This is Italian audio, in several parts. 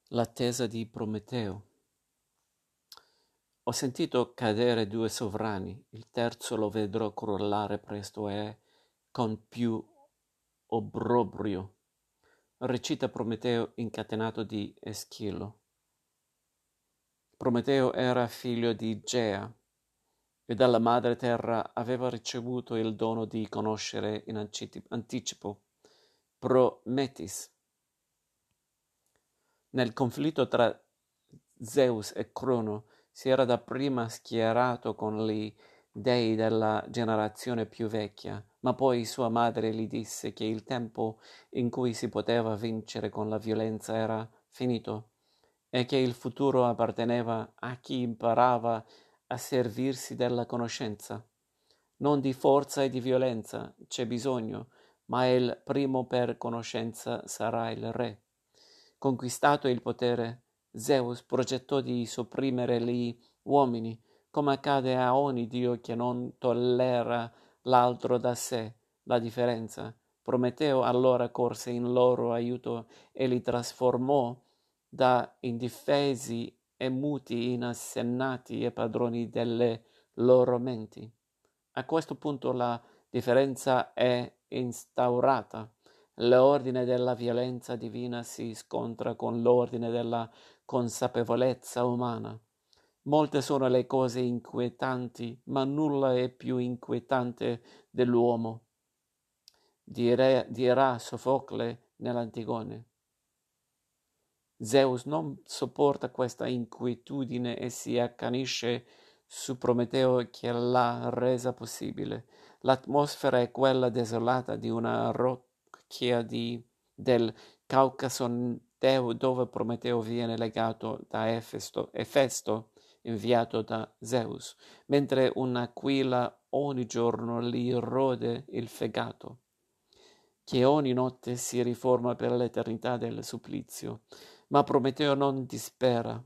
L'attesa di Prometeo. Ho sentito cadere due sovrani, il terzo lo vedrò crollare presto e con più obbrobrio. Recita Prometeo incatenato di Eschilo. Prometeo era figlio di Gea e dalla madre terra aveva ricevuto il dono di conoscere in anticipo Prometis. Nel conflitto tra Zeus e Crono si era dapprima schierato con gli dei della generazione più vecchia, ma poi sua madre gli disse che il tempo in cui si poteva vincere con la violenza era finito e che il futuro apparteneva a chi imparava a servirsi della conoscenza. Non di forza e di violenza c'è bisogno, ma il primo per conoscenza sarà il re. Conquistato il potere, Zeus progettò di sopprimere gli uomini, come accade a ogni dio che non tollera l'altro da sé, la differenza. Prometeo allora corse in loro aiuto e li trasformò da indifesi e muti in assennati e padroni delle loro menti. A questo punto la differenza è instaurata. L'ordine della violenza divina si scontra con l'ordine della consapevolezza umana. Molte sono le cose inquietanti, ma nulla è più inquietante dell'uomo, dirà Sofocle nell'Antigone. Zeus non sopporta questa inquietudine e si accanisce su Prometeo che l'ha resa possibile. L'atmosfera è quella desolata di una rocchia del Caucaso dove Prometeo viene legato da Efesto, inviato da Zeus, mentre un'aquila ogni giorno gli rode il fegato, che ogni notte si riforma per l'eternità del supplizio. Ma Prometeo non dispera,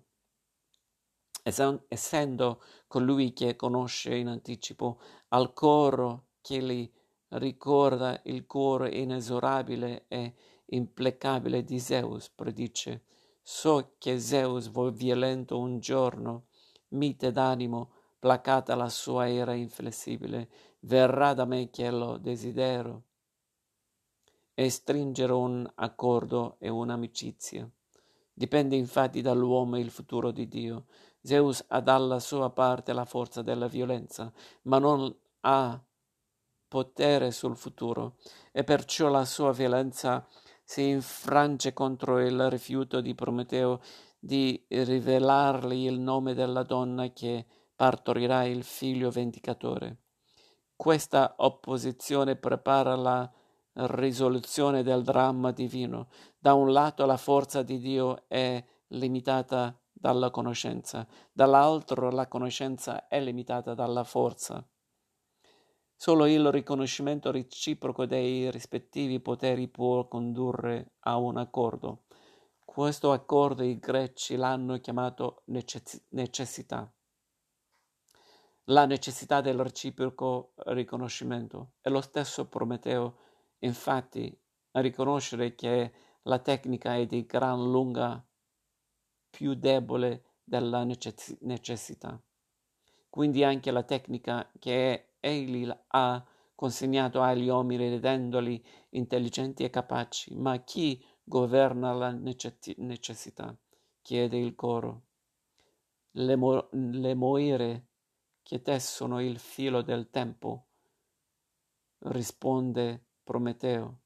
essendo colui che conosce in anticipo al coro che gli ricorda il cuore inesorabile e implacabile di Zeus, predice: so che Zeus violento un giorno, mite d'animo, placata la sua ira inflessibile, verrà da me che lo desidero e stringere un accordo e un'amicizia. Dipende infatti dall'uomo il futuro di Dio. Zeus ha dalla sua parte la forza della violenza, ma non ha potere sul futuro, e perciò la sua violenza si infrange contro il rifiuto di Prometeo di rivelargli il nome della donna che partorirà il figlio vendicatore. Questa opposizione prepara la risoluzione del dramma divino. Da un lato la forza di Dio è limitata dalla conoscenza, dall'altro la conoscenza è limitata dalla forza. Solo il riconoscimento reciproco dei rispettivi poteri può condurre a un accordo. Questo accordo i greci l'hanno chiamato necessità. La necessità del reciproco riconoscimento. È lo stesso Prometeo, infatti, a riconoscere che la tecnica è di gran lunga più debole della necessità. Quindi anche la tecnica che egli ha consegnato agli uomini rendendoli intelligenti e capaci. Ma chi governa la necessità? Chiede il coro. Le moire che tessono il filo del tempo, risponde Prometeo,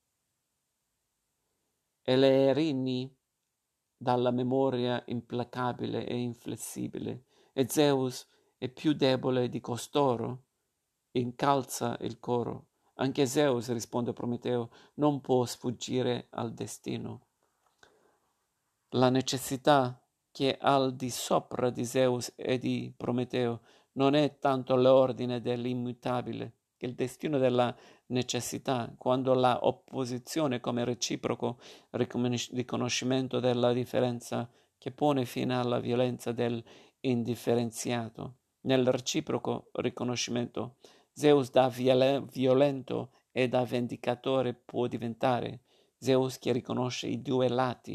e le erini dalla memoria implacabile e inflessibile, e Zeus è più debole di costoro, incalza il coro. Anche Zeus, risponde Prometeo, non può sfuggire al destino. La necessità che al di sopra di Zeus e di Prometeo non è tanto l'ordine dell'immutabile che il destino della necessità, quando la opposizione come reciproco riconoscimento della differenza che pone fine alla violenza dell'indifferenziato. Nel reciproco riconoscimento Zeus da violento e da vendicatore può diventare Zeus che riconosce i due lati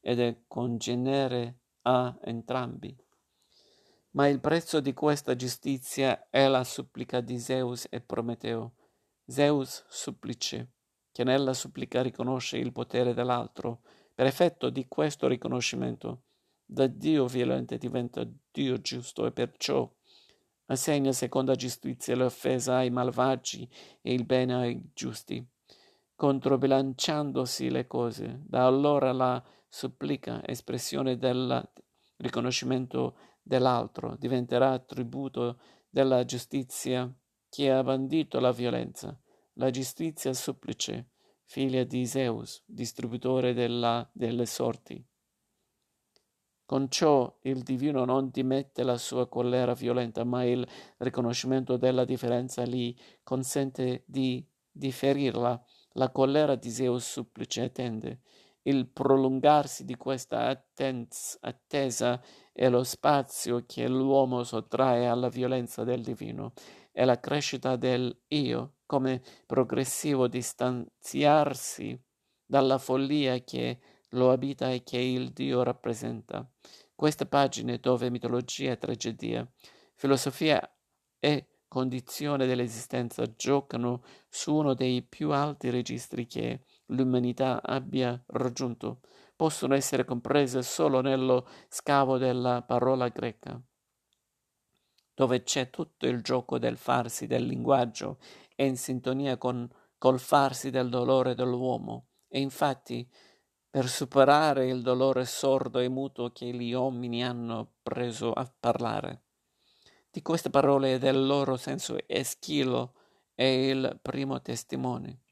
ed è congeniere a entrambi. Ma il prezzo di questa giustizia è la supplica di Zeus e Prometeo. Zeus supplice, che nella supplica riconosce il potere dell'altro. Per effetto di questo riconoscimento, da Dio violento diventa Dio giusto e perciò assegna seconda giustizia l'offesa ai malvagi e il bene ai giusti, controbilanciandosi le cose. Da allora la supplica, espressione del riconoscimento dell'altro, diventerà attributo della giustizia che ha bandito la violenza. La giustizia supplice, figlia di Zeus, distributore delle sorti. Con ciò il divino non dimette la sua collera violenta, ma il riconoscimento della differenza gli consente di differirla. La collera di Zeus supplice tende. Il prolungarsi di questa attesa è lo spazio che l'uomo sottrae alla violenza del divino. È la crescita del io come progressivo distanziarsi dalla follia che lo abita e che il Dio rappresenta. Queste pagine dove mitologia e tragedia, filosofia e condizione dell'esistenza giocano su uno dei più alti registri che l'umanità abbia raggiunto, possono essere comprese solo nello scavo della parola greca, dove c'è tutto il gioco del farsi del linguaggio e in sintonia col farsi del dolore dell'uomo. E infatti, per superare il dolore sordo e muto che gli uomini hanno preso a parlare. Di queste parole e del loro senso Eschilo è il primo testimone.